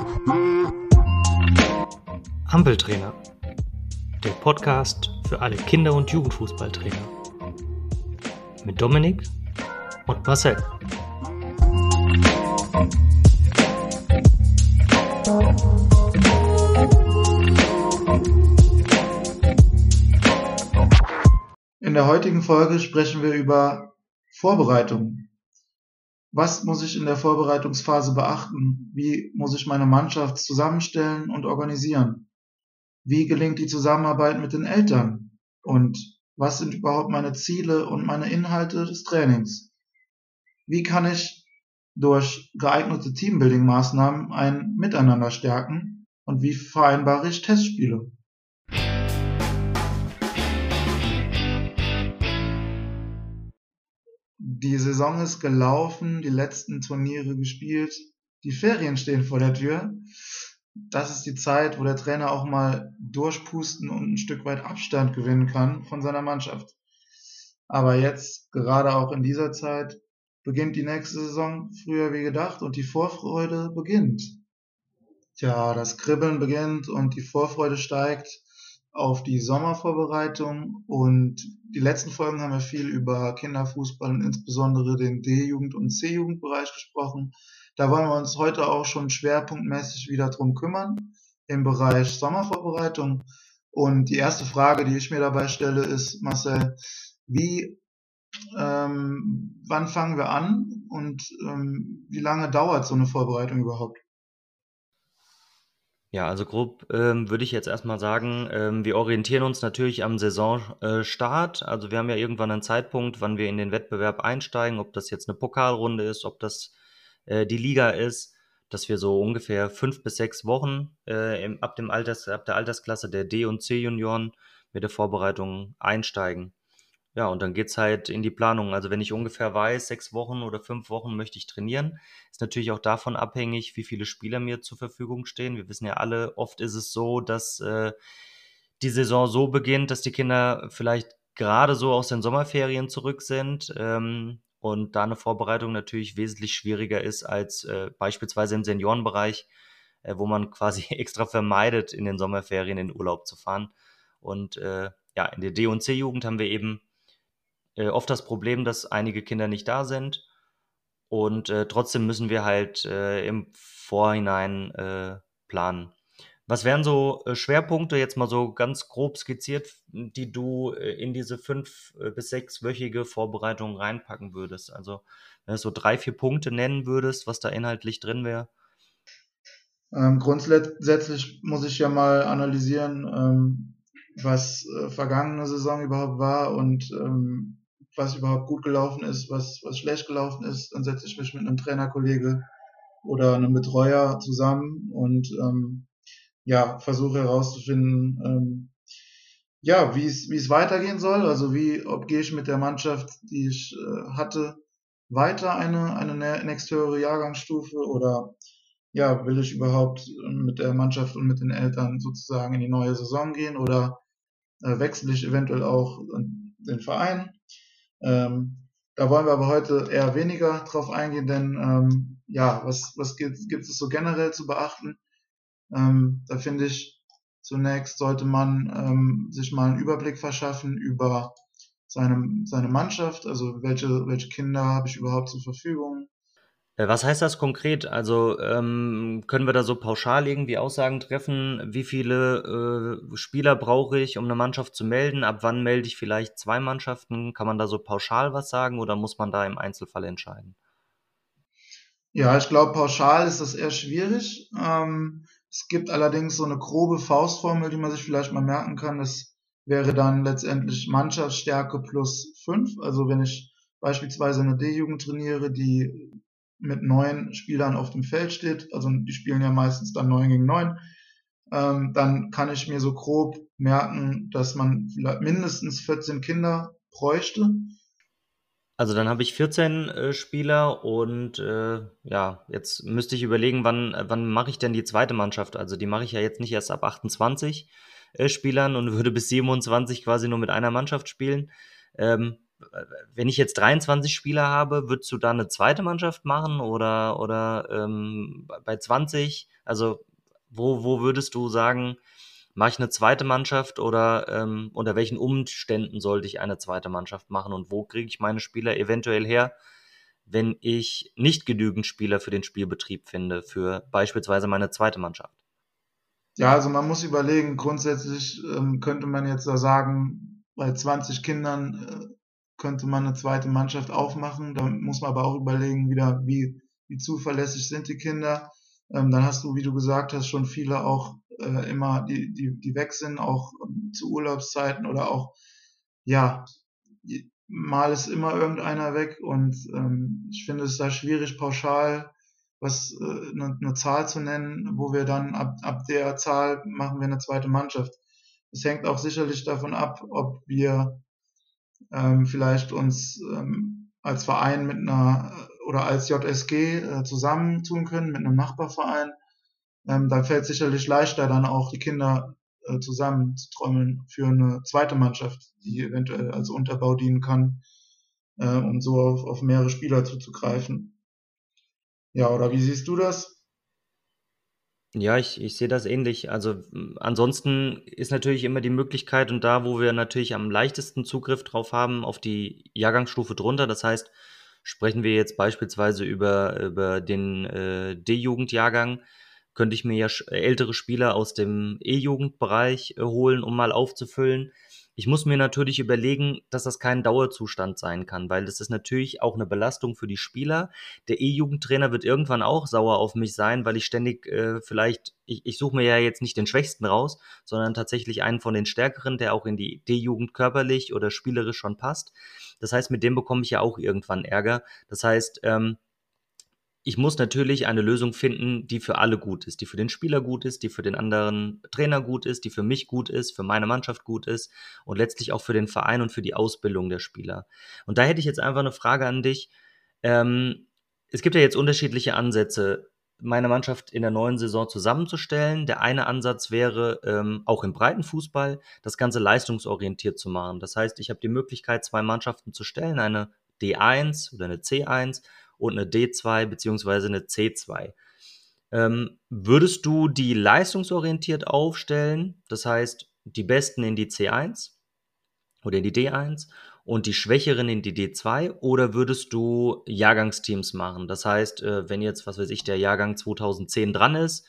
Ampeltrainer, der Podcast für alle Kinder- und Jugendfußballtrainer. Mit Dominik und Marcel. In der heutigen Folge sprechen wir über Vorbereitung. Was muss ich in der Vorbereitungsphase beachten? Wie muss ich meine Mannschaft zusammenstellen und organisieren? Wie gelingt die Zusammenarbeit mit den Eltern? Und was sind überhaupt meine Ziele und meine Inhalte des Trainings? Wie kann ich durch geeignete Teambuilding-Maßnahmen ein Miteinander stärken? Und wie vereinbare ich Testspiele? Die Saison ist gelaufen, die letzten Turniere gespielt, die Ferien stehen vor der Tür. Das ist die Zeit, wo der Trainer auch mal durchpusten und ein Stück weit Abstand gewinnen kann von seiner Mannschaft. Aber jetzt, gerade auch in dieser Zeit, beginnt die nächste Saison früher wie gedacht und die Vorfreude beginnt. Tja, das Kribbeln beginnt und die Vorfreude steigt auf die Sommervorbereitung, und die letzten Folgen haben wir viel über Kinderfußball und insbesondere den D-Jugend- und C-Jugendbereich gesprochen. Da wollen wir uns heute auch schon schwerpunktmäßig wieder drum kümmern im Bereich Sommervorbereitung. Und die erste Frage, die ich mir dabei stelle, ist, Marcel, wann fangen wir an und wie lange dauert so eine Vorbereitung überhaupt? Ja, also grob würde ich jetzt erstmal sagen, wir orientieren uns natürlich am Saisonstart. Also wir haben ja irgendwann einen Zeitpunkt, wann wir in den Wettbewerb einsteigen, ob das jetzt eine Pokalrunde ist, ob das die Liga ist, dass wir so ungefähr 5 bis 6 Wochen ab der Altersklasse der D- und C-Junioren mit der Vorbereitung einsteigen. Ja, und dann geht's halt in die Planung. Also wenn ich ungefähr weiß, 6 Wochen oder 5 Wochen möchte ich trainieren, ist natürlich auch davon abhängig, wie viele Spieler mir zur Verfügung stehen. Wir wissen ja alle, oft ist es so, dass die Saison so beginnt, dass die Kinder vielleicht gerade so aus den Sommerferien zurück sind, und da eine Vorbereitung natürlich wesentlich schwieriger ist als beispielsweise im Seniorenbereich, wo man quasi extra vermeidet, in den Sommerferien in den Urlaub zu fahren. Und ja, in der D- und C-Jugend haben wir eben oft das Problem, dass einige Kinder nicht da sind, und trotzdem müssen wir halt im Vorhinein planen. Was wären so Schwerpunkte, jetzt mal so ganz grob skizziert, die du in diese 5 bis 6-wöchige Vorbereitung reinpacken würdest? Also wenn du so 3, 4 Punkte nennen würdest, was da inhaltlich drin wäre. Grundsätzlich muss ich ja mal analysieren, was vergangene Saison überhaupt war und was überhaupt gut gelaufen ist, was schlecht gelaufen ist. Dann setze ich mich mit einem Trainerkollege oder einem Betreuer zusammen und ja, versuche herauszufinden, ja, wie es weitergehen soll. Also ob gehe ich mit der Mannschaft, die ich hatte, weiter eine nächsthöhere Jahrgangsstufe, oder ja, will ich überhaupt mit der Mannschaft und mit den Eltern sozusagen in die neue Saison gehen, oder wechsle ich eventuell auch den Verein? Da wollen wir aber heute eher weniger drauf eingehen, denn ja, was gibt es so generell zu beachten? Da finde ich, zunächst sollte man sich mal einen Überblick verschaffen über seine Mannschaft, also welche Kinder habe ich überhaupt zur Verfügung. Was heißt das konkret? Also können wir da so pauschal irgendwie Aussagen treffen? Wie viele Spieler brauche ich, um eine Mannschaft zu melden? Ab wann melde ich vielleicht 2 Mannschaften? Kann man da so pauschal was sagen oder muss man da im Einzelfall entscheiden? Ja, ich glaube, pauschal ist das eher schwierig. Es gibt allerdings so eine grobe Faustformel, die man sich vielleicht mal merken kann. Das wäre dann letztendlich Mannschaftsstärke plus 5. Also wenn ich beispielsweise eine D-Jugend trainiere, die mit 9 Spielern auf dem Feld steht, also die spielen ja meistens dann 9 gegen 9, dann kann ich mir so grob merken, dass man vielleicht mindestens 14 Kinder bräuchte. Also dann habe ich 14 Spieler und ja, jetzt müsste ich überlegen, wann mache ich denn die zweite Mannschaft? Also die mache ich ja jetzt nicht erst ab 28 Spielern und würde bis 27 quasi nur mit einer Mannschaft spielen. Ähm, Wenn ich jetzt 23 Spieler habe, würdest du da eine zweite Mannschaft machen oder bei 20? Also wo würdest du sagen, mache ich eine zweite Mannschaft oder unter welchen Umständen sollte ich eine zweite Mannschaft machen und wo kriege ich meine Spieler eventuell her, wenn ich nicht genügend Spieler für den Spielbetrieb finde, für beispielsweise meine zweite Mannschaft? Ja, also man muss überlegen, grundsätzlich könnte man jetzt da sagen, bei 20 Kindern könnte man eine zweite Mannschaft aufmachen. Da muss man aber auch überlegen, wieder, wie zuverlässig sind die Kinder. Dann hast du, wie du gesagt hast, schon viele auch immer, die weg sind, auch zu Urlaubszeiten oder auch, ja, mal ist immer irgendeiner weg und ich finde es da schwierig, pauschal eine Zahl zu nennen, wo wir dann ab der Zahl machen wir eine zweite Mannschaft. Es hängt auch sicherlich davon ab, ob wir vielleicht uns als Verein mit einer oder als JSG zusammentun können mit einem Nachbarverein. Dann fällt es sicherlich leichter, dann auch die Kinder zusammenzutrommeln für eine zweite Mannschaft, die eventuell als Unterbau dienen kann, um so auf mehrere Spieler zuzugreifen. Ja, oder wie siehst du das? Ja, ich sehe das ähnlich. Also ansonsten ist natürlich immer die Möglichkeit und da, wo wir natürlich am leichtesten Zugriff drauf haben, auf die Jahrgangsstufe drunter. Das heißt, sprechen wir jetzt beispielsweise über den D-Jugendjahrgang, könnte ich mir ja ältere Spieler aus dem E-Jugendbereich holen, um mal aufzufüllen. Ich muss mir natürlich überlegen, dass das kein Dauerzustand sein kann, weil das ist natürlich auch eine Belastung für die Spieler. Der E-Jugendtrainer wird irgendwann auch sauer auf mich sein, weil ich ständig ich suche mir ja jetzt nicht den Schwächsten raus, sondern tatsächlich einen von den Stärkeren, der auch in die D-Jugend körperlich oder spielerisch schon passt. Das heißt, mit dem bekomme ich ja auch irgendwann Ärger. Das heißt, ich muss natürlich eine Lösung finden, die für alle gut ist, die für den Spieler gut ist, die für den anderen Trainer gut ist, die für mich gut ist, für meine Mannschaft gut ist und letztlich auch für den Verein und für die Ausbildung der Spieler. Und da hätte ich jetzt einfach eine Frage an dich. Ähm, Es gibt ja jetzt unterschiedliche Ansätze, meine Mannschaft in der neuen Saison zusammenzustellen. Der eine Ansatz wäre, auch im Breitenfußball das Ganze leistungsorientiert zu machen. Das heißt, ich habe die Möglichkeit, zwei Mannschaften zu stellen, eine D1 oder eine C1 und eine D2 beziehungsweise eine C2. Würdest du die leistungsorientiert aufstellen? Das heißt, die Besten in die C1 oder in die D1 und die Schwächeren in die D2 oder würdest du Jahrgangsteams machen? Das heißt, wenn jetzt, was weiß ich, der Jahrgang 2010 dran ist,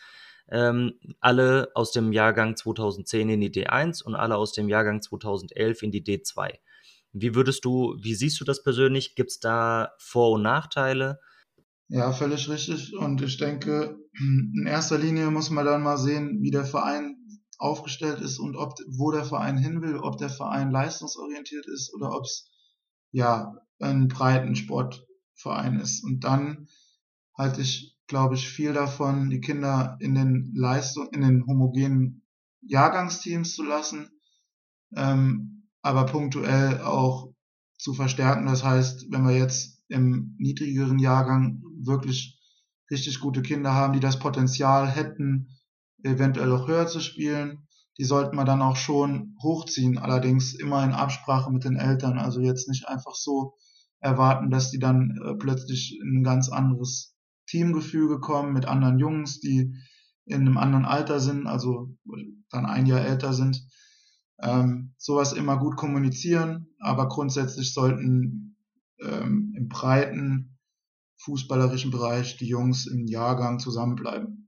alle aus dem Jahrgang 2010 in die D1 und alle aus dem Jahrgang 2011 in die D2. Wie siehst du das persönlich? Gibt es da Vor- und Nachteile? Ja, völlig richtig. Und ich denke, in erster Linie muss man dann mal sehen, wie der Verein aufgestellt ist und wo der Verein hin will, ob der Verein leistungsorientiert ist oder ob es ja ein Breitensportverein ist. Und dann halte ich, glaube ich, viel davon, die Kinder in den homogenen Jahrgangsteams zu lassen, aber punktuell auch zu verstärken. Das heißt, wenn wir jetzt im niedrigeren Jahrgang wirklich richtig gute Kinder haben, die das Potenzial hätten, eventuell auch höher zu spielen, die sollten wir dann auch schon hochziehen, allerdings immer in Absprache mit den Eltern. Also jetzt nicht einfach so erwarten, dass die dann plötzlich in ein ganz anderes Teamgefüge kommen mit anderen Jungs, die in einem anderen Alter sind, also dann ein Jahr älter sind. Sowas immer gut kommunizieren, aber grundsätzlich sollten im breiten fußballerischen Bereich die Jungs im Jahrgang zusammenbleiben.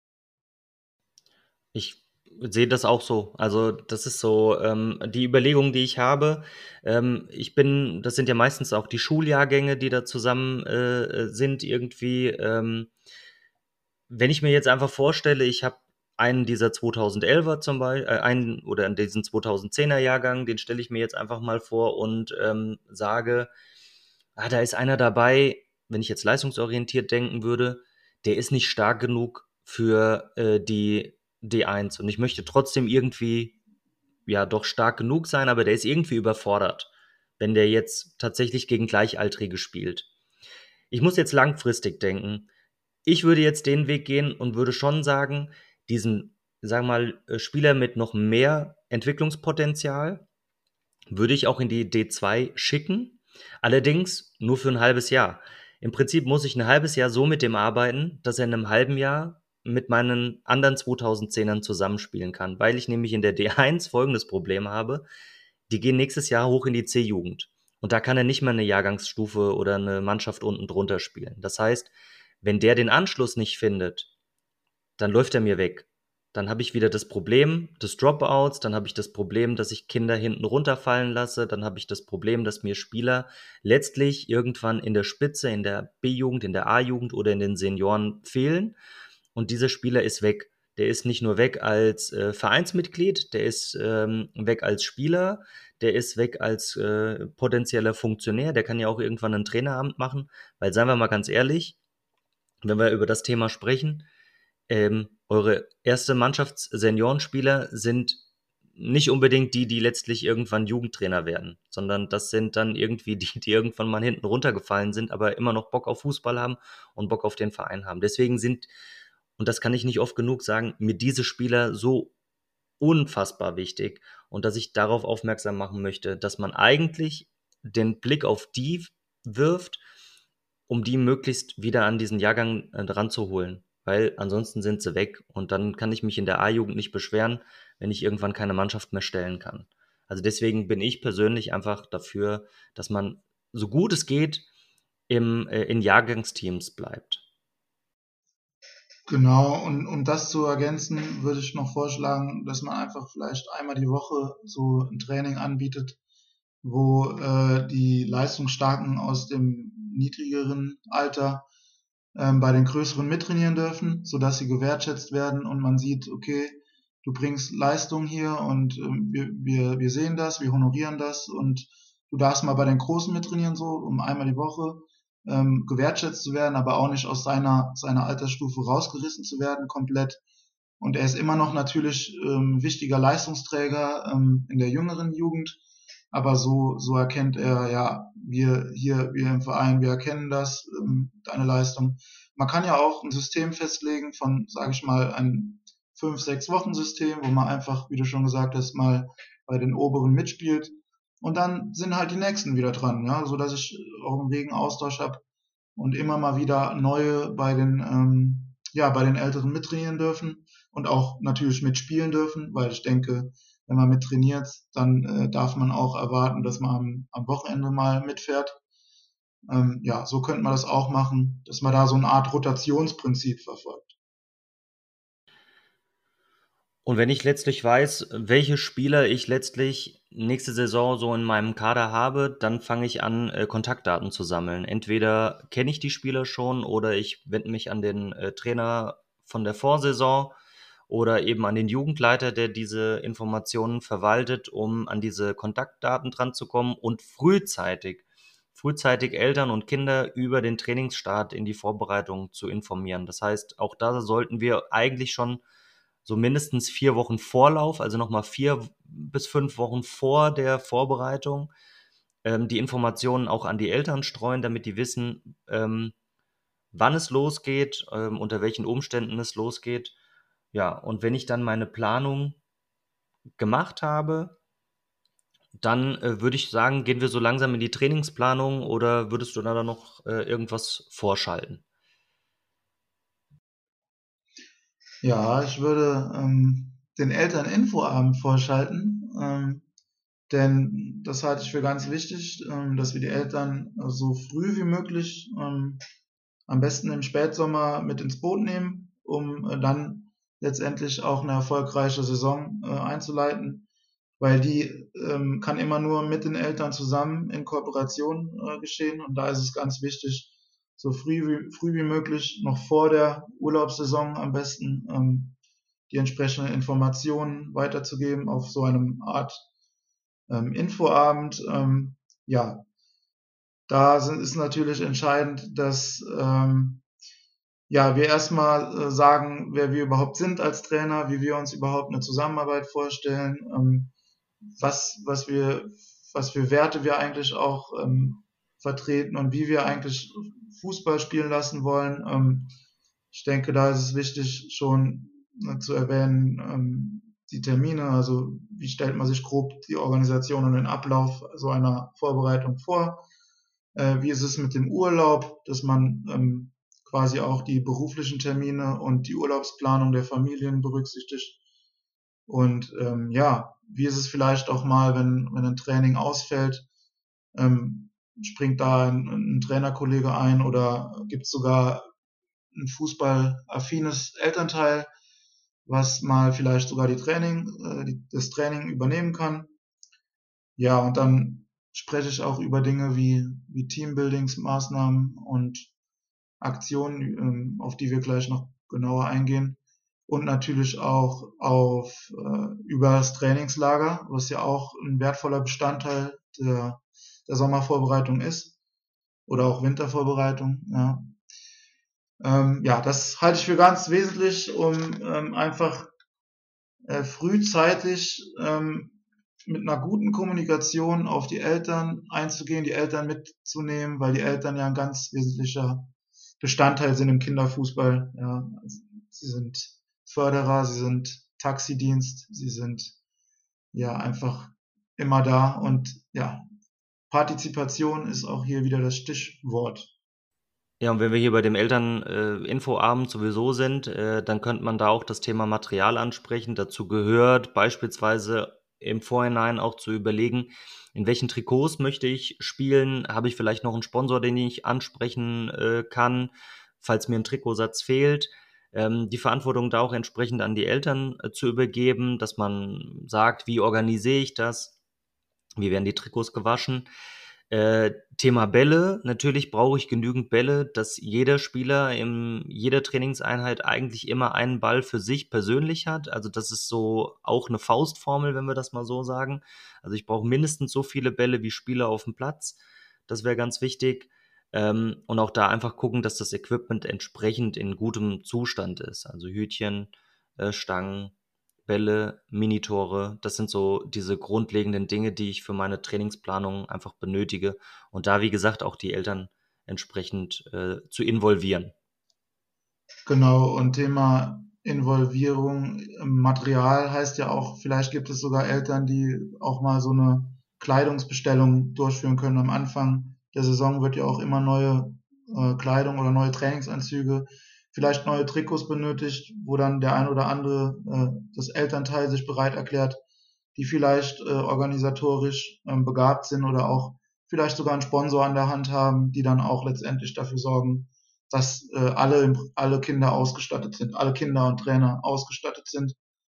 Ich sehe das auch so. Also das ist so die Überlegung, die ich habe. Das sind ja meistens auch die Schuljahrgänge, die da zusammen sind irgendwie. Wenn ich mir jetzt einfach vorstelle, ich habe einen dieser 2011er zum Beispiel, einen oder diesen 2010er Jahrgang, den stelle ich mir jetzt einfach mal vor und sage, da ist einer dabei, wenn ich jetzt leistungsorientiert denken würde, der ist nicht stark genug für die D1 und ich möchte trotzdem irgendwie ja doch stark genug sein, aber der ist irgendwie überfordert, wenn der jetzt tatsächlich gegen Gleichaltrige spielt. Ich muss jetzt langfristig denken. Ich würde jetzt den Weg gehen und würde schon sagen, diesen, sagen wir mal, Spieler mit noch mehr Entwicklungspotenzial würde ich auch in die D2 schicken, allerdings nur für ein halbes Jahr. Im Prinzip muss ich ein halbes Jahr so mit dem arbeiten, dass er in einem halben Jahr mit meinen anderen 2010ern zusammenspielen kann, weil ich nämlich in der D1 folgendes Problem habe. Die gehen nächstes Jahr hoch in die C-Jugend. Und da kann er nicht mal eine Jahrgangsstufe oder eine Mannschaft unten drunter spielen. Das heißt, wenn der den Anschluss nicht findet, dann läuft er mir weg. Dann habe ich wieder das Problem des Dropouts, dann habe ich das Problem, dass ich Kinder hinten runterfallen lasse, dann habe ich das Problem, dass mir Spieler letztlich irgendwann in der Spitze, in der B-Jugend, in der A-Jugend oder in den Senioren fehlen und dieser Spieler ist weg. Der ist nicht nur weg als Vereinsmitglied, der ist weg als Spieler, der ist weg als potenzieller Funktionär, der kann ja auch irgendwann ein Traineramt machen, weil seien wir mal ganz ehrlich, wenn wir über das Thema sprechen, eure erste Mannschafts-Seniorenspieler sind nicht unbedingt die, die letztlich irgendwann Jugendtrainer werden, sondern das sind dann irgendwie die, die irgendwann mal hinten runtergefallen sind, aber immer noch Bock auf Fußball haben und Bock auf den Verein haben. Deswegen sind, und das kann ich nicht oft genug sagen, mir diese Spieler so unfassbar wichtig und dass ich darauf aufmerksam machen möchte, dass man eigentlich den Blick auf die wirft, um die möglichst wieder an diesen Jahrgang ranzuholen. Weil ansonsten sind sie weg und dann kann ich mich in der A-Jugend nicht beschweren, wenn ich irgendwann keine Mannschaft mehr stellen kann. Also deswegen bin ich persönlich einfach dafür, dass man so gut es geht in Jahrgangsteams bleibt. Genau, und um das zu ergänzen, würde ich noch vorschlagen, dass man einfach vielleicht einmal die Woche so ein Training anbietet, wo die Leistungsstarken aus dem niedrigeren Alter bei den größeren mittrainieren dürfen, sodass sie gewertschätzt werden und man sieht, okay, du bringst Leistung hier und wir sehen das, wir honorieren das und du darfst mal bei den Großen mittrainieren, so um einmal die Woche gewertschätzt zu werden, aber auch nicht aus seiner Altersstufe rausgerissen zu werden komplett. Und er ist immer noch natürlich wichtiger Leistungsträger in der jüngeren Jugend, aber so erkennt er, ja, wir im Verein, wir erkennen das, deine Leistung. Man kann ja auch ein System festlegen von, sage ich mal, ein 5-6 Wochen System, wo man einfach, wie du schon gesagt hast, mal bei den Oberen mitspielt. Und dann sind halt die Nächsten wieder dran, ja, so dass ich auch einen regen Austausch habe und immer mal wieder neue bei den Älteren mittrainieren dürfen und auch natürlich mitspielen dürfen, weil ich denke, wenn man mit trainiert, dann darf man auch erwarten, dass man am Wochenende mal mitfährt. Ja, so könnte man das auch machen, dass man da so eine Art Rotationsprinzip verfolgt. Und wenn ich letztlich weiß, welche Spieler ich letztlich nächste Saison so in meinem Kader habe, dann fange ich an, Kontaktdaten zu sammeln. Entweder kenne ich die Spieler schon oder ich wende mich an den Trainer von der Vorsaison oder eben an den Jugendleiter, der diese Informationen verwaltet, um an diese Kontaktdaten dran zu kommen und frühzeitig Eltern und Kinder über den Trainingsstart in die Vorbereitung zu informieren. Das heißt, auch da sollten wir eigentlich schon so mindestens 4 Wochen Vorlauf, also nochmal 4 bis 5 Wochen vor der Vorbereitung, die Informationen auch an die Eltern streuen, damit die wissen, wann es losgeht, unter welchen Umständen es losgeht. Ja, und wenn ich dann meine Planung gemacht habe, dann würde ich sagen, gehen wir so langsam in die Trainingsplanung oder würdest du da noch irgendwas vorschalten? Ja, ich würde den Eltern Infoabend vorschalten, denn das halte ich für ganz wichtig, dass wir die Eltern so früh wie möglich, am besten im Spätsommer mit ins Boot nehmen, um dann letztendlich auch eine erfolgreiche Saison einzuleiten, weil die kann immer nur mit den Eltern zusammen in Kooperation geschehen und da ist es ganz wichtig, so früh wie möglich, noch vor der Urlaubssaison am besten, die entsprechenden Informationen weiterzugeben auf so einem Art Infoabend. Ja, ist natürlich entscheidend, dass ja, wir erstmal sagen, wer wir überhaupt sind als Trainer, wie wir uns überhaupt eine Zusammenarbeit vorstellen, was wir, was für Werte wir eigentlich auch vertreten und wie wir eigentlich Fußball spielen lassen wollen. Ich denke, da ist es wichtig, schon zu erwähnen, die Termine, also wie stellt man sich grob die Organisation und den Ablauf so einer Vorbereitung vor? Wie ist es mit dem Urlaub, dass man quasi auch die beruflichen Termine und die Urlaubsplanung der Familien berücksichtigt. Und ja, wie ist es vielleicht auch mal, wenn ein Training ausfällt, springt da ein Trainerkollege ein oder gibt es sogar ein fußballaffines Elternteil, was mal vielleicht sogar das Training übernehmen kann. Ja, und dann spreche ich auch über Dinge wie Teambuildingsmaßnahmen und Aktionen, auf die wir gleich noch genauer eingehen. Und natürlich auch über das Trainingslager, was ja auch ein wertvoller Bestandteil der Sommervorbereitung ist oder auch Wintervorbereitung. Ja. Ja, das halte ich für ganz wesentlich, um einfach frühzeitig mit einer guten Kommunikation auf die Eltern einzugehen, die Eltern mitzunehmen, weil die Eltern ja ein ganz wesentlicher Bestandteil sind im Kinderfußball. Ja. Also, sie sind Förderer, sie sind Taxidienst, sie sind ja einfach immer da und ja, Partizipation ist auch hier wieder das Stichwort. Ja, und wenn wir hier bei dem Eltern-Infoabend sowieso sind, dann könnte man da auch das Thema Material ansprechen. Dazu gehört beispielsweise im Vorhinein auch zu überlegen, in welchen Trikots möchte ich spielen? Habe ich vielleicht noch einen Sponsor, den ich ansprechen kann, falls mir ein Trikotsatz fehlt? Die Verantwortung da auch entsprechend an die Eltern zu übergeben, dass man sagt, wie organisiere ich das? Wie werden die Trikots gewaschen? Thema Bälle. Natürlich brauche ich genügend Bälle, dass jeder Spieler in jeder Trainingseinheit eigentlich immer einen Ball für sich persönlich hat. Also das ist so auch eine Faustformel, wenn wir das mal so sagen. Also ich brauche mindestens so viele Bälle wie Spieler auf dem Platz. Das wäre ganz wichtig. Und auch da einfach gucken, dass das Equipment entsprechend in gutem Zustand ist. Also Hütchen, Stangen, Bälle, Minitore, das sind so diese grundlegenden Dinge, die ich für meine Trainingsplanung einfach benötige. Und da, wie gesagt, auch die Eltern entsprechend zu involvieren. Genau, und Thema Involvierung im Material heißt ja auch, vielleicht gibt es sogar Eltern, die auch mal so eine Kleidungsbestellung durchführen können. Am Anfang der Saison wird ja auch immer neue Kleidung oder neue Trainingsanzüge, vielleicht neue Trikots benötigt, wo dann der ein oder andere, das Elternteil sich bereit erklärt, die vielleicht organisatorisch begabt sind oder auch vielleicht sogar einen Sponsor an der Hand haben, die dann auch letztendlich dafür sorgen, dass alle Kinder ausgestattet sind, alle Kinder und Trainer ausgestattet sind.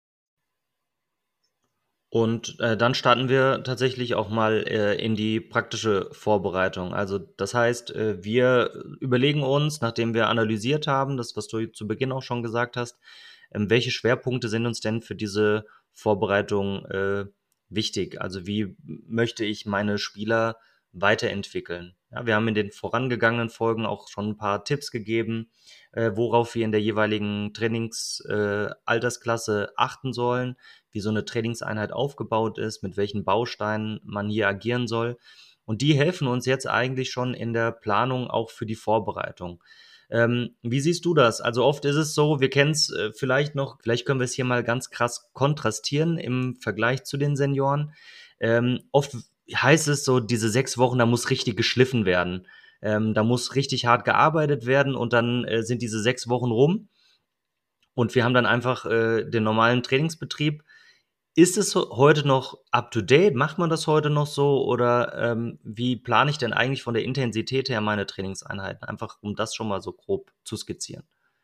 Und dann starten wir tatsächlich auch mal in die praktische Vorbereitung. Also das heißt, wir überlegen uns, nachdem wir analysiert haben, das, was du zu Beginn auch schon gesagt hast, welche Schwerpunkte sind uns denn für diese Vorbereitung wichtig? Also wie möchte ich meine Spieler weiterentwickeln? Ja, wir haben in den vorangegangenen Folgen auch schon ein paar Tipps gegeben, worauf wir in der jeweiligen Altersklasse achten sollen, wie so eine Trainingseinheit aufgebaut ist, mit welchen Bausteinen man hier agieren soll. Und die helfen uns jetzt eigentlich schon in der Planung auch für die Vorbereitung. Wie siehst du das? Also oft ist es so, wir kennen es vielleicht noch, vielleicht können wir es hier mal ganz krass kontrastieren im Vergleich zu den Senioren. Oft heißt es so, diese 6 Wochen, da muss richtig geschliffen werden. Da muss richtig hart gearbeitet werden und dann sind diese 6 Wochen rum und wir haben dann einfach den normalen Trainingsbetrieb. Ist es heute noch up to date? Macht man das heute noch so? Oder wie plane ich denn eigentlich von der Intensität her meine Trainingseinheiten? Einfach um das schon mal so grob zu skizzieren.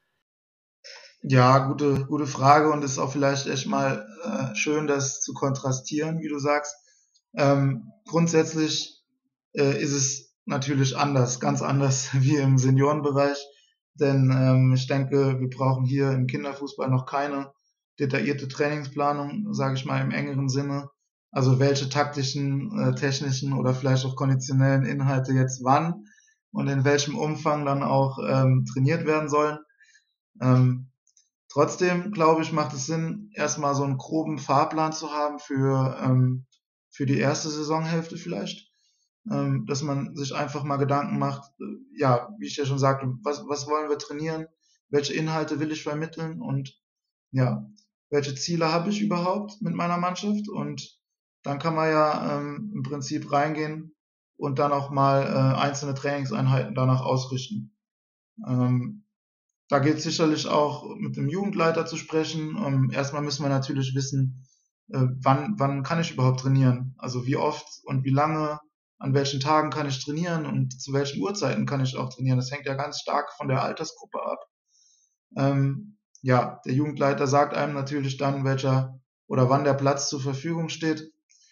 Ja, gute Frage und ist auch vielleicht echt mal schön, das zu kontrastieren, wie du sagst. Grundsätzlich ist es natürlich anders, ganz anders wie im Seniorenbereich, denn ich denke, wir brauchen hier im Kinderfußball noch keine detaillierte Trainingsplanung, sage ich mal im engeren Sinne. Also welche taktischen, technischen oder vielleicht auch konditionellen Inhalte jetzt wann und in welchem Umfang dann auch trainiert werden sollen. Ähm, Trotzdem, glaube ich, macht es Sinn, erstmal so einen groben Fahrplan zu haben für die erste Saisonhälfte vielleicht, dass man sich einfach mal Gedanken macht, ja, wie ich ja schon sagte, was wollen wir trainieren, welche Inhalte will ich vermitteln und ja, welche Ziele habe ich überhaupt mit meiner Mannschaft und dann kann man ja im Prinzip reingehen und dann auch mal einzelne Trainingseinheiten danach ausrichten. Da geht es sicherlich auch mit dem Jugendleiter zu sprechen. Erstmal müssen wir natürlich wissen, wann kann ich überhaupt trainieren? Also wie oft und wie lange, an welchen Tagen kann ich trainieren und zu welchen Uhrzeiten kann ich auch trainieren. Das hängt ja ganz stark von der Altersgruppe ab. Ja, der Jugendleiter sagt einem natürlich dann, welcher oder wann der Platz zur Verfügung steht.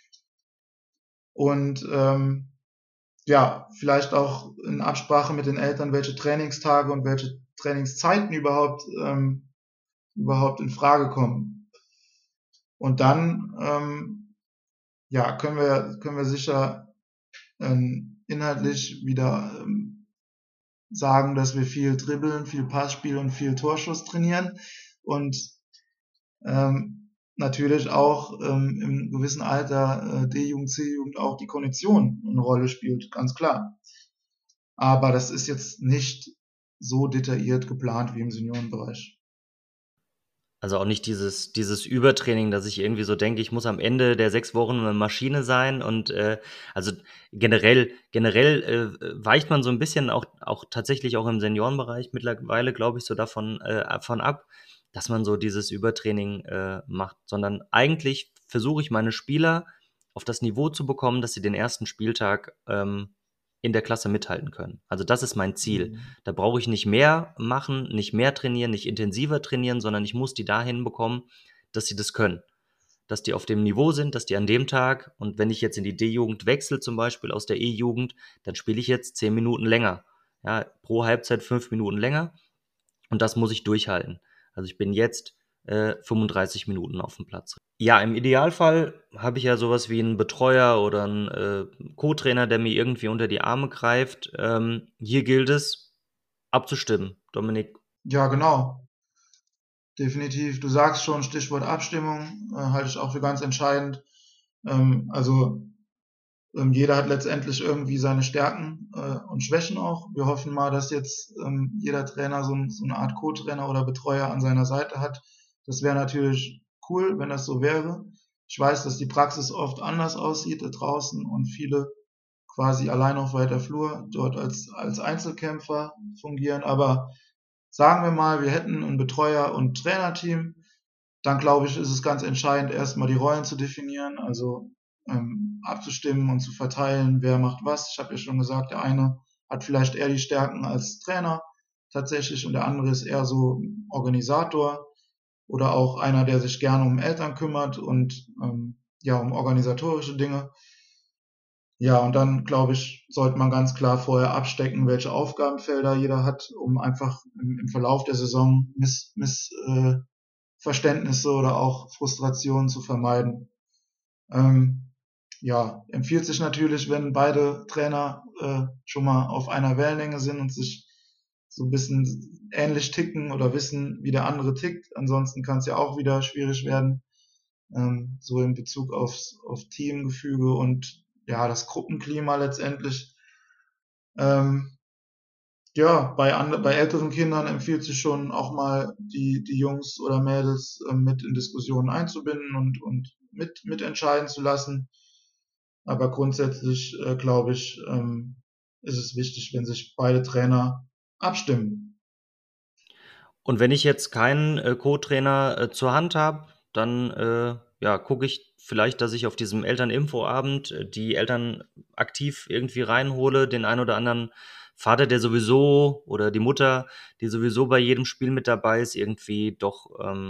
Und ja, vielleicht auch in Absprache mit den Eltern, welche Trainingstage und welche Trainingszeiten überhaupt in Frage kommen. Und dann ja, können wir sicher inhaltlich wieder sagen, dass wir viel Dribbeln, viel Passspiel und viel Torschuss trainieren und natürlich auch im gewissen Alter D-Jugend, C-Jugend auch die Kondition eine Rolle spielt, ganz klar. Aber das ist jetzt nicht so detailliert geplant wie im Seniorenbereich. Also auch nicht dieses Übertraining, dass ich irgendwie so denke, ich muss am Ende der 6 Wochen eine Maschine sein und also generell weicht man so ein bisschen auch tatsächlich auch im Seniorenbereich mittlerweile, glaube ich, so davon ab, dass man so dieses Übertraining macht, sondern eigentlich versuche ich meine Spieler auf das Niveau zu bekommen, dass sie den ersten Spieltag in der Klasse mithalten können. Also das ist mein Ziel. Da brauche ich nicht mehr machen, nicht mehr trainieren, nicht intensiver trainieren, sondern ich muss die dahin bekommen, dass sie das können. Dass die auf dem Niveau sind, dass die an dem Tag, und wenn ich jetzt in die D-Jugend wechsle, zum Beispiel aus der E-Jugend, dann spiele ich jetzt 10 Minuten länger. Ja, pro Halbzeit 5 Minuten länger. Und das muss ich durchhalten. Also ich bin jetzt 35 Minuten auf dem Platz. Ja, im Idealfall habe ich ja sowas wie einen Betreuer oder einen Co-Trainer, der mir irgendwie unter die Arme greift. Hier gilt es, abzustimmen. Dominik. Ja, genau. Definitiv. Du sagst schon, Stichwort Abstimmung, halte ich auch für ganz entscheidend. Also jeder hat letztendlich irgendwie seine Stärken und Schwächen auch. Wir hoffen mal, dass jetzt jeder Trainer so eine Art Co-Trainer oder Betreuer an seiner Seite hat. Das wäre natürlich cool, wenn das so wäre. Ich weiß, dass die Praxis oft anders aussieht da draußen und viele quasi allein auf weiter Flur dort als Einzelkämpfer fungieren. Aber sagen wir mal, wir hätten ein Betreuer- und Trainerteam, dann glaube ich, ist es ganz entscheidend, erstmal die Rollen zu definieren, also abzustimmen und zu verteilen, wer macht was. Ich habe ja schon gesagt, der eine hat vielleicht eher die Stärken als Trainer tatsächlich und der andere ist eher so Organisator oder auch einer, der sich gerne um Eltern kümmert und ja, um organisatorische Dinge. Ja, und dann, glaube ich, sollte man ganz klar vorher abstecken, welche Aufgabenfelder jeder hat, um einfach im Verlauf der Saison Missverständnisse oder auch Frustrationen zu vermeiden. Ja, empfiehlt sich natürlich, wenn beide Trainer schon mal auf einer Wellenlänge sind und sich so ein bisschen ähnlich ticken oder wissen, wie der andere tickt. Ansonsten kann es ja auch wieder schwierig werden, so in Bezug auf Teamgefüge und ja, das Gruppenklima letztendlich. Ja, bei älteren Kindern empfiehlt sich schon auch mal die Jungs oder Mädels mit in Diskussionen einzubinden und mitentscheiden zu lassen. Aber grundsätzlich, glaube ich, ist es wichtig, wenn sich beide Trainer abstimmen. Und wenn ich jetzt keinen Co-Trainer zur Hand habe, dann ja, gucke ich vielleicht, dass ich auf diesem Elterninfoabend die Eltern aktiv irgendwie reinhole, den einen oder anderen Vater, der sowieso oder die Mutter, die sowieso bei jedem Spiel mit dabei ist, irgendwie doch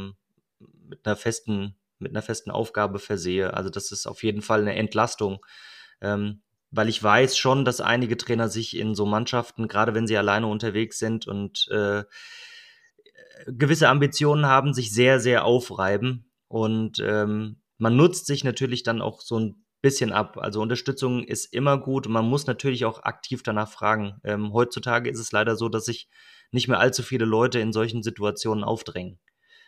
mit einer festen Aufgabe versehe. Also das ist auf jeden Fall eine Entlastung. Weil ich weiß schon, dass einige Trainer sich in so Mannschaften, gerade wenn sie alleine unterwegs sind und gewisse Ambitionen haben, sich sehr, sehr aufreiben. Und man nutzt sich natürlich dann auch so ein bisschen ab. Also Unterstützung ist immer gut und man muss natürlich auch aktiv danach fragen. Heutzutage ist es leider so, dass sich nicht mehr allzu viele Leute in solchen Situationen aufdrängen.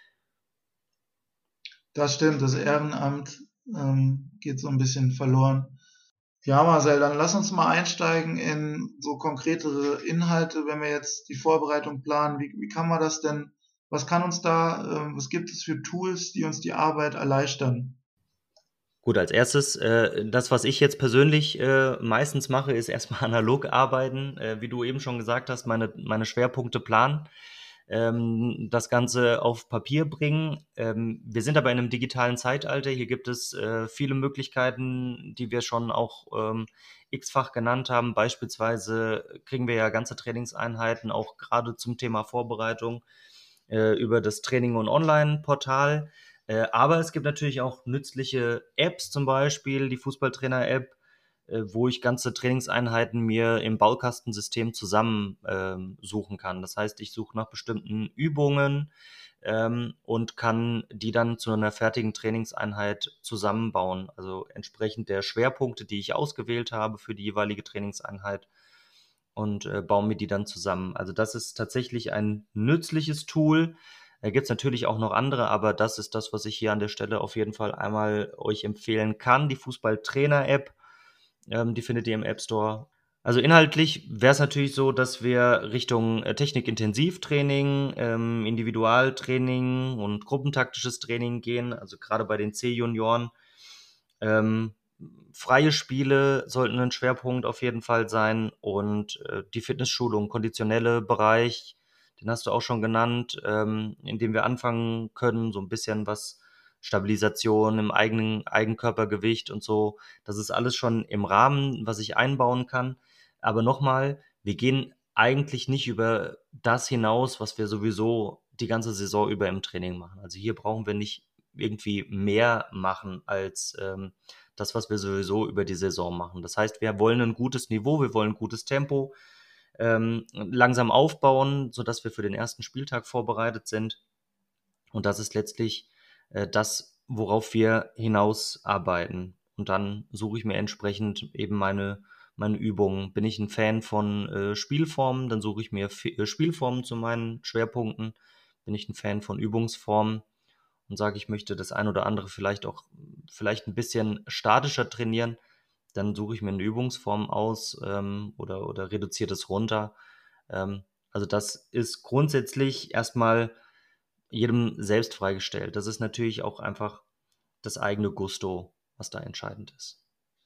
Das stimmt, das Ehrenamt geht so ein bisschen verloren. Ja, Marcel, dann lass uns mal einsteigen in so konkretere Inhalte, wenn wir jetzt die Vorbereitung planen. Wie kann man das denn, was kann uns da, was gibt es für Tools, die uns die Arbeit erleichtern? Gut, als erstes, das, was ich jetzt persönlich meistens mache, ist erstmal analog arbeiten. Wie du eben schon gesagt hast, meine Schwerpunkte planen. das Ganze auf Papier bringen. Wir sind aber in einem digitalen Zeitalter. Hier gibt es viele Möglichkeiten, die wir schon auch x-fach genannt haben. Beispielsweise kriegen wir ja ganze Trainingseinheiten auch gerade zum Thema Vorbereitung über das Training- und Online-Portal. Aber es gibt natürlich auch nützliche Apps, zum Beispiel die Fußballtrainer-App, wo ich ganze Trainingseinheiten mir im Baukastensystem zusammen suchen kann. Das heißt, ich suche nach bestimmten Übungen und kann die dann zu einer fertigen Trainingseinheit zusammenbauen. Also entsprechend der Schwerpunkte, die ich ausgewählt habe für die jeweilige Trainingseinheit, und baue mir die dann zusammen. Also das ist tatsächlich ein nützliches Tool. Da gibt es natürlich auch noch andere, aber das ist das, was ich hier an der Stelle auf jeden Fall einmal euch empfehlen kann. Die Fußballtrainer-App, die findet ihr im App Store. Also inhaltlich wäre es natürlich so, dass wir Richtung Technikintensivtraining, Individualtraining und gruppentaktisches Training gehen. Also gerade bei den C-Junioren. Ähm, freie Spiele sollten ein Schwerpunkt auf jeden Fall sein, und die Fitnessschulung, konditionelle Bereich, den hast du auch schon genannt, in dem wir anfangen können, so ein bisschen was Stabilisation im eigenen Eigenkörpergewicht und so. Das ist alles schon im Rahmen, was ich einbauen kann. Aber nochmal, wir gehen eigentlich nicht über das hinaus, was wir sowieso die ganze Saison über im Training machen. Also hier brauchen wir nicht irgendwie mehr machen als das, was wir sowieso über die Saison machen. Das heißt, wir wollen ein gutes Niveau, wir wollen ein gutes Tempo, langsam aufbauen, sodass wir für den ersten Spieltag vorbereitet sind. Und das ist letztlich das, worauf wir hinausarbeiten. Und dann suche ich mir entsprechend eben meine Übungen. Bin ich ein Fan von Spielformen, dann suche ich mir Spielformen zu meinen Schwerpunkten. Bin ich ein Fan von Übungsformen und sage, ich möchte das ein oder andere vielleicht ein bisschen statischer trainieren, dann suche ich mir eine Übungsform aus oder reduziere das runter. Also das ist grundsätzlich erstmal jedem selbst freigestellt. Das ist natürlich auch einfach das eigene Gusto, was da entscheidend ist.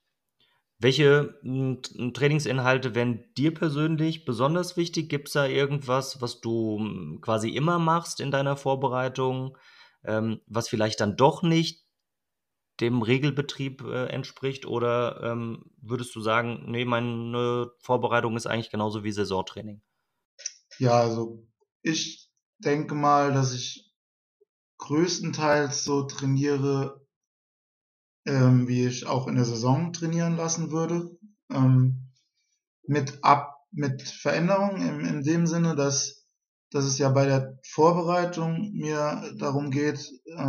Welche Trainingsinhalte wären dir persönlich besonders wichtig? Gibt es da irgendwas, was du quasi immer machst in deiner Vorbereitung, was vielleicht dann doch nicht dem Regelbetrieb entspricht? Oder würdest du sagen, nee, meine Vorbereitung ist eigentlich genauso wie Saisontraining? Ja, also ich denke mal, dass ich größtenteils so trainiere, wie ich auch in der Saison trainieren lassen würde. Ähm, mit Veränderungen in dem Sinne, dass es ja bei der Vorbereitung mir darum geht,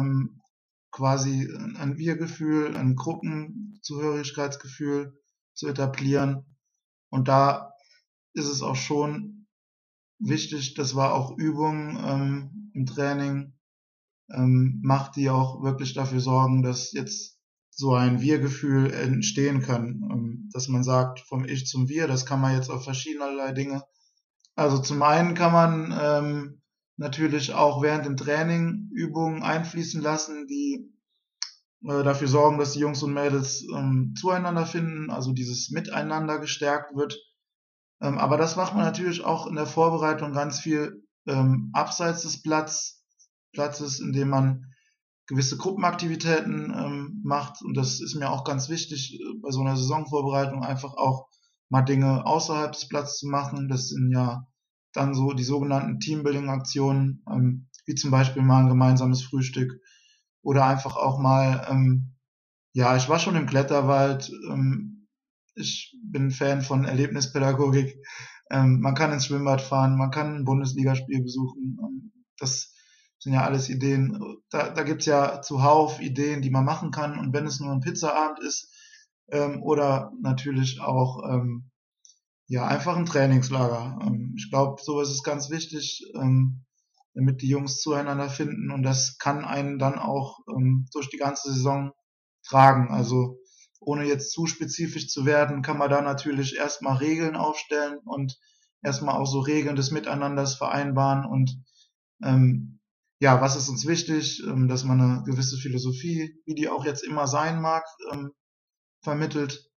quasi ein Wir-Gefühl, ein Gruppenzugehörigkeitsgefühl zu etablieren. Und da ist es auch schon wichtig, dass wir auch Übungen im Training macht, die auch wirklich dafür sorgen, dass jetzt so ein Wir-Gefühl entstehen kann. Dass man sagt, vom Ich zum Wir, das kann man jetzt auf verschiedenerlei Dinge. Also zum einen kann man natürlich auch während dem Training Übungen einfließen lassen, die dafür sorgen, dass die Jungs und Mädels zueinander finden, also dieses Miteinander gestärkt wird. Aber das macht man natürlich auch in der Vorbereitung ganz viel abseits des Platzes, indem man gewisse Gruppenaktivitäten macht. Und das ist mir auch ganz wichtig, bei so einer Saisonvorbereitung einfach auch mal Dinge außerhalb des Platzes zu machen. Das sind ja dann so die sogenannten Teambuilding-Aktionen, wie zum Beispiel mal ein gemeinsames Frühstück oder einfach auch mal, ja, ich war schon im Kletterwald, ich bin Fan von Erlebnispädagogik. Man kann ins Schwimmbad fahren, man kann ein Bundesligaspiel besuchen. Das sind ja alles Ideen. Da gibt's ja zuhauf Ideen, die man machen kann. Und wenn es nur ein Pizzaabend ist, oder natürlich auch ja einfach ein Trainingslager. Ich glaube, sowas ist ganz wichtig, damit die Jungs zueinander finden. Und das kann einen dann auch durch die ganze Saison tragen. Also ohne jetzt zu spezifisch zu werden, kann man da natürlich erstmal Regeln aufstellen und erstmal auch so Regeln des Miteinanders vereinbaren. Und ja, was ist uns wichtig, dass man eine gewisse Philosophie, wie die auch jetzt immer sein mag, vermittelt,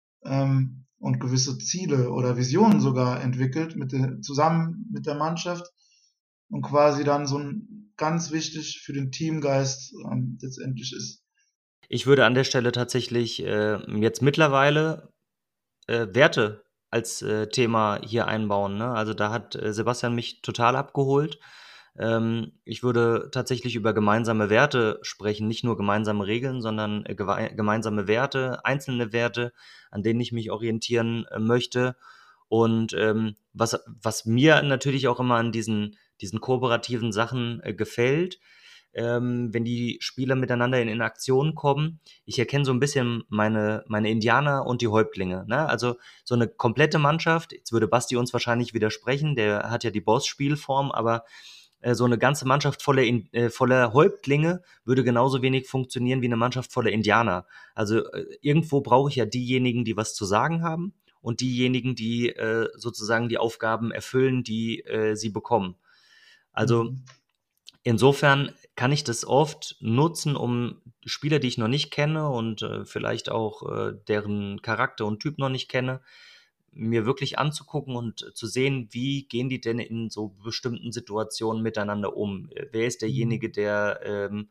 und gewisse Ziele oder Visionen sogar entwickelt zusammen mit der Mannschaft. und quasi dann so ein ganz wichtig für den Teamgeist letztendlich ist. Ich würde an der Stelle tatsächlich jetzt mittlerweile Werte als Thema hier einbauen. Ne? Also da hat Sebastian mich total abgeholt. Ich würde tatsächlich über gemeinsame Werte sprechen, nicht nur gemeinsame Regeln, sondern gemeinsame Werte, einzelne Werte, an denen ich mich orientieren möchte. Und was mir natürlich auch immer an diesen kooperativen Sachen gefällt, wenn die Spieler miteinander in Interaktion kommen. Ich erkenne so ein bisschen meine Indianer und die Häuptlinge. Ne? Also so eine komplette Mannschaft, jetzt würde Basti uns wahrscheinlich widersprechen, der hat ja die Boss-Spielform, aber so eine ganze Mannschaft voller Häuptlinge würde genauso wenig funktionieren wie eine Mannschaft voller Indianer. Also irgendwo brauche ich ja diejenigen, die was zu sagen haben und diejenigen, die sozusagen die Aufgaben erfüllen, die sie bekommen. Also Mhm. insofern kann ich das oft nutzen, um Spieler, die ich noch nicht kenne und vielleicht auch deren Charakter und Typ noch nicht kenne, mir wirklich anzugucken und zu sehen, wie gehen die denn in so bestimmten Situationen miteinander um? Wer ist Mhm. derjenige, der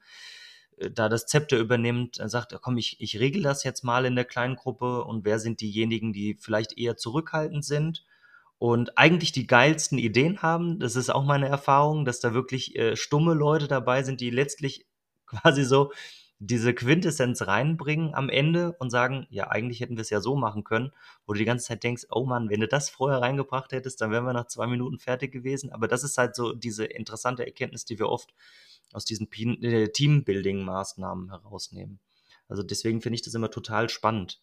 da das Zepter übernimmt, sagt, komm, ich regel das jetzt mal in der kleinen Gruppe, und wer sind diejenigen, die vielleicht eher zurückhaltend sind und eigentlich die geilsten Ideen haben? Das ist auch meine Erfahrung, dass da wirklich stumme Leute dabei sind, die letztlich quasi so diese Quintessenz reinbringen am Ende und sagen, ja, eigentlich hätten wir es ja so machen können, wo du die ganze Zeit denkst, oh Mann, wenn du das vorher reingebracht hättest, dann wären wir nach 2 Minuten fertig gewesen. Aber das ist halt so diese interessante Erkenntnis, die wir oft aus diesen Teambuilding-Maßnahmen herausnehmen. Also deswegen finde ich das immer total spannend.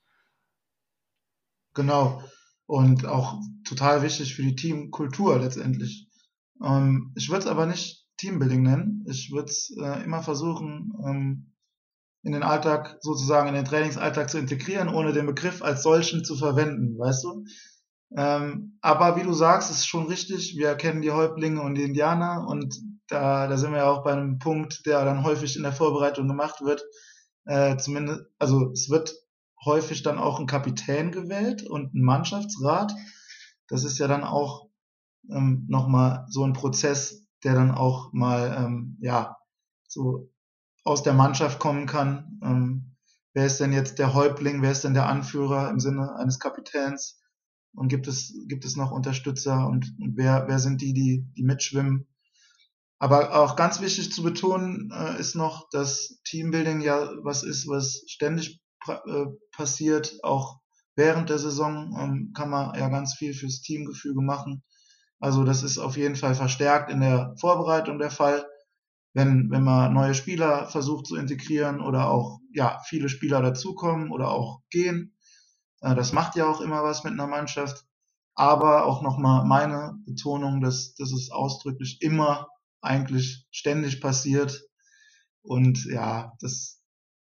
Genau. Und auch total wichtig für die Teamkultur letztendlich. Ich würde es aber nicht Teambuilding nennen. Ich würde es immer versuchen, in den Alltag, sozusagen in den Trainingsalltag zu integrieren, ohne den Begriff als solchen zu verwenden, weißt du? Aber wie du sagst, ist schon richtig, wir kennen die Häuptlinge und die Indianer, und da sind wir ja auch bei einem Punkt, der dann häufig in der Vorbereitung gemacht wird. Zumindest, also es wird häufig dann auch ein Kapitän gewählt und ein Mannschaftsrat. Das ist ja dann auch nochmal so ein Prozess, der dann auch mal ja so aus der Mannschaft kommen kann. Wer ist denn jetzt der Häuptling, wer ist denn der Anführer im Sinne eines Kapitäns? Und gibt es noch Unterstützer, und wer sind die mitschwimmen? Aber auch ganz wichtig zu betonen ist noch, dass Teambuilding ja was ist, was ständig passiert. Auch während der Saison kann man ja ganz viel fürs Teamgefüge machen. Also das ist auf jeden Fall verstärkt in der Vorbereitung der Fall, wenn man neue Spieler versucht zu integrieren oder auch ja viele Spieler dazukommen oder auch gehen. Das macht ja auch immer was mit einer Mannschaft. Aber auch nochmal meine Betonung, dass es ausdrücklich immer eigentlich ständig passiert. Und ja, das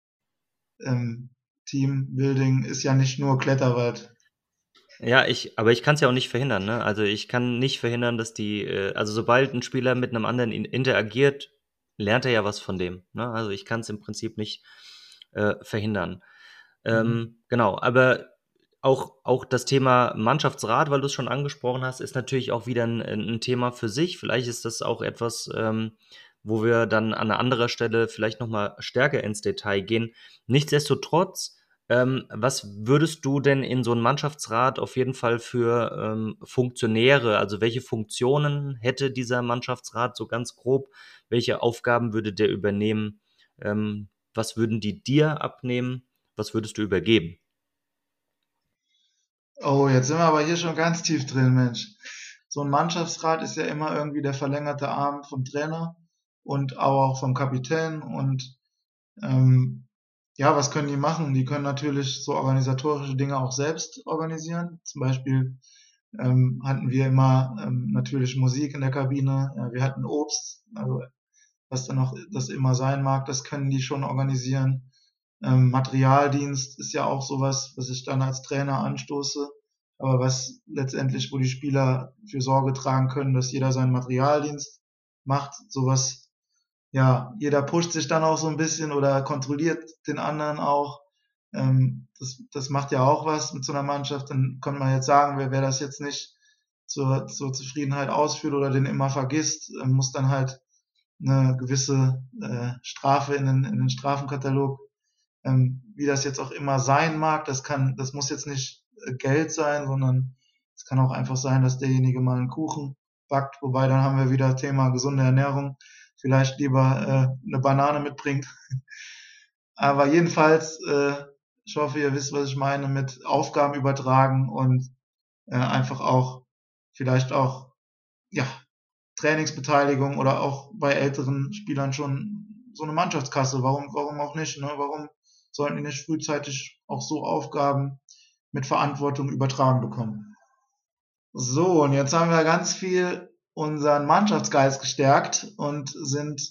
Teambuilding ist ja nicht nur Kletterwald. Ja, aber ich kann es ja auch nicht verhindern, ne? Also ich kann nicht verhindern, dass also sobald ein Spieler mit einem anderen interagiert, lernt er ja was von dem, ne? Also ich kann es im Prinzip nicht verhindern. Mhm. Genau, aber auch das Thema Mannschaftsrat, weil du es schon angesprochen hast, ist natürlich auch wieder ein Thema für sich. Vielleicht ist das auch etwas, wo wir dann an einer anderen Stelle vielleicht nochmal stärker ins Detail gehen. Nichtsdestotrotz, was würdest du denn in so einen Mannschaftsrat auf jeden Fall für Funktionäre, also welche Funktionen hätte dieser Mannschaftsrat so ganz grob? Welche Aufgaben würde der übernehmen? Was würden die dir abnehmen? Was würdest du übergeben? Oh, jetzt sind wir aber hier schon ganz tief drin, Mensch. So ein Mannschaftsrat ist ja immer irgendwie der verlängerte Arm vom Trainer und auch vom Kapitän. Und ähm, ja, was können die machen? Die können natürlich so organisatorische Dinge auch selbst organisieren. Zum Beispiel hatten wir immer natürlich Musik in der Kabine. Ja, wir hatten Obst, also was dann auch das immer sein mag, das können die schon organisieren. Materialdienst ist ja auch sowas, was ich dann als Trainer anstoße, aber was letztendlich, wo die Spieler für Sorge tragen können, dass jeder seinen Materialdienst macht, sowas, ja, jeder pusht sich dann auch so ein bisschen oder kontrolliert den anderen auch. Das macht ja auch was mit so einer Mannschaft. Dann kann man jetzt sagen, wer das jetzt nicht zur Zufriedenheit ausführt oder den immer vergisst, muss dann halt eine gewisse Strafe in den Strafenkatalog, wie das jetzt auch immer sein mag. Das muss jetzt nicht Geld sein, sondern es kann auch einfach sein, dass derjenige mal einen Kuchen backt, wobei dann haben wir wieder Thema gesunde Ernährung, vielleicht lieber eine Banane mitbringt. Aber jedenfalls, ich hoffe, ihr wisst, was ich meine, mit Aufgaben übertragen und einfach auch vielleicht auch ja Trainingsbeteiligung oder auch bei älteren Spielern schon so eine Mannschaftskasse. Warum auch nicht? Ne? Warum sollten die nicht frühzeitig auch so Aufgaben mit Verantwortung übertragen bekommen? So, und jetzt haben wir ganz viel unseren Mannschaftsgeist gestärkt und sind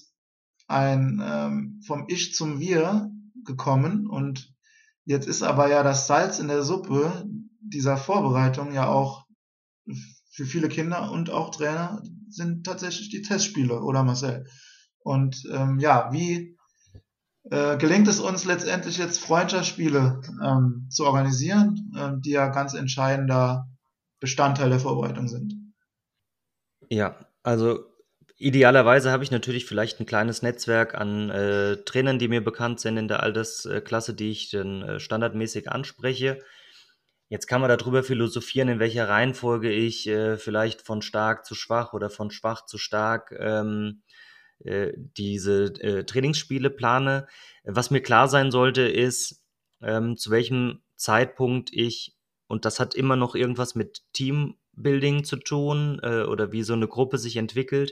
vom Ich zum Wir gekommen. Und jetzt ist aber ja das Salz in der Suppe dieser Vorbereitung ja auch für viele Kinder und auch Trainer sind tatsächlich die Testspiele, oder Marcel? Und wie gelingt es uns letztendlich jetzt Freundschaftsspiele zu organisieren, die ja ganz entscheidender Bestandteil der Vorbereitung sind? Ja, also idealerweise habe ich natürlich vielleicht ein kleines Netzwerk an Trainern, die mir bekannt sind in der Altersklasse, die ich dann standardmäßig anspreche. Jetzt kann man darüber philosophieren, in welcher Reihenfolge ich vielleicht von stark zu schwach oder von schwach zu stark diese Trainingsspiele plane. Was mir klar sein sollte, ist, zu welchem Zeitpunkt und das hat immer noch irgendwas mit Teambuilding zu tun oder wie so eine Gruppe sich entwickelt,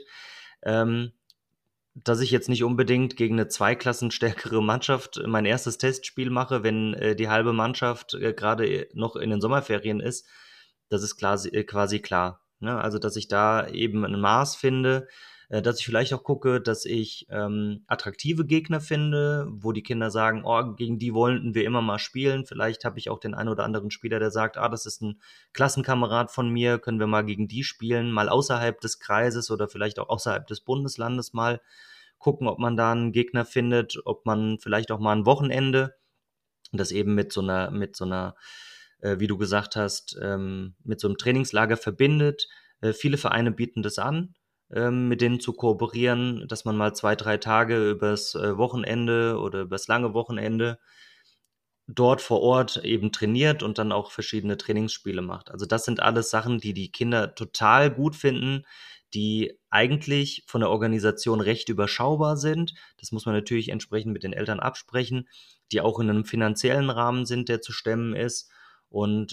dass ich jetzt nicht unbedingt gegen eine zweiklassenstärkere Mannschaft mein erstes Testspiel mache, wenn die halbe Mannschaft gerade noch in den Sommerferien ist. Das ist quasi klar. Ne? Also, dass ich da eben ein Maß finde, dass ich vielleicht auch gucke, dass ich attraktive Gegner finde, wo die Kinder sagen, oh, gegen die wollten wir immer mal spielen. Vielleicht habe ich auch den einen oder anderen Spieler, der sagt, das ist ein Klassenkamerad von mir, können wir mal gegen die spielen, mal außerhalb des Kreises oder vielleicht auch außerhalb des Bundeslandes mal gucken, ob man da einen Gegner findet, ob man vielleicht auch mal ein Wochenende, das eben mit so einer, wie du gesagt hast, mit so einem Trainingslager verbindet. Viele Vereine bieten das an, mit denen zu kooperieren, dass man mal 2-3 Tage übers Wochenende oder übers lange Wochenende dort vor Ort eben trainiert und dann auch verschiedene Trainingsspiele macht. Also das sind alles Sachen, die die Kinder total gut finden, die eigentlich von der Organisation recht überschaubar sind. Das muss man natürlich entsprechend mit den Eltern absprechen, die auch in einem finanziellen Rahmen sind, der zu stemmen ist und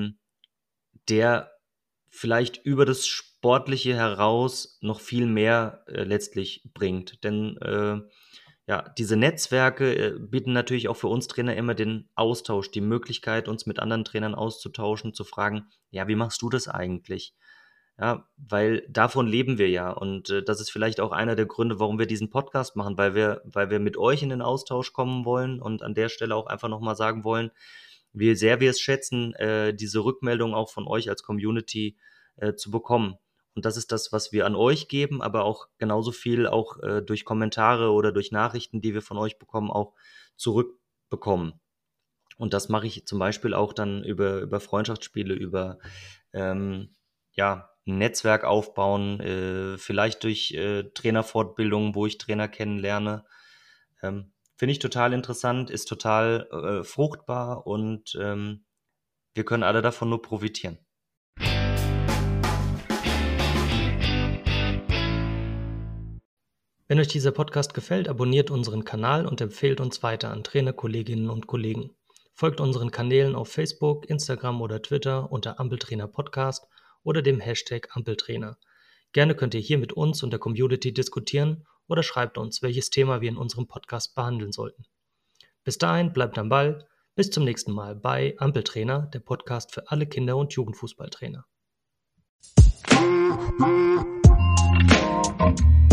der vielleicht über das Sportliche heraus noch viel mehr letztlich bringt. Denn diese Netzwerke bieten natürlich auch für uns Trainer immer den Austausch, die Möglichkeit, uns mit anderen Trainern auszutauschen, zu fragen, ja, wie machst du das eigentlich? Ja, weil davon leben wir ja und das ist vielleicht auch einer der Gründe, warum wir diesen Podcast machen, weil wir mit euch in den Austausch kommen wollen und an der Stelle auch einfach nochmal sagen wollen, wie sehr wir es schätzen, diese Rückmeldung auch von euch als Community zu bekommen. Und das ist das, was wir an euch geben, aber auch genauso viel auch durch Kommentare oder durch Nachrichten, die wir von euch bekommen, auch zurückbekommen. Und das mache ich zum Beispiel auch dann über Freundschaftsspiele, über ein Netzwerk aufbauen, vielleicht durch Trainerfortbildungen, wo ich Trainer kennenlerne. Finde ich total interessant, ist total fruchtbar und wir können alle davon nur profitieren. Wenn euch dieser Podcast gefällt, abonniert unseren Kanal und empfehlt uns weiter an Trainerkolleginnen und Kollegen. Folgt unseren Kanälen auf Facebook, Instagram oder Twitter unter Ampeltrainer Podcast oder dem Hashtag Ampeltrainer. Gerne könnt ihr hier mit uns und der Community diskutieren oder schreibt uns, welches Thema wir in unserem Podcast behandeln sollten. Bis dahin, bleibt am Ball. Bis zum nächsten Mal bei Ampeltrainer, der Podcast für alle Kinder- und Jugendfußballtrainer.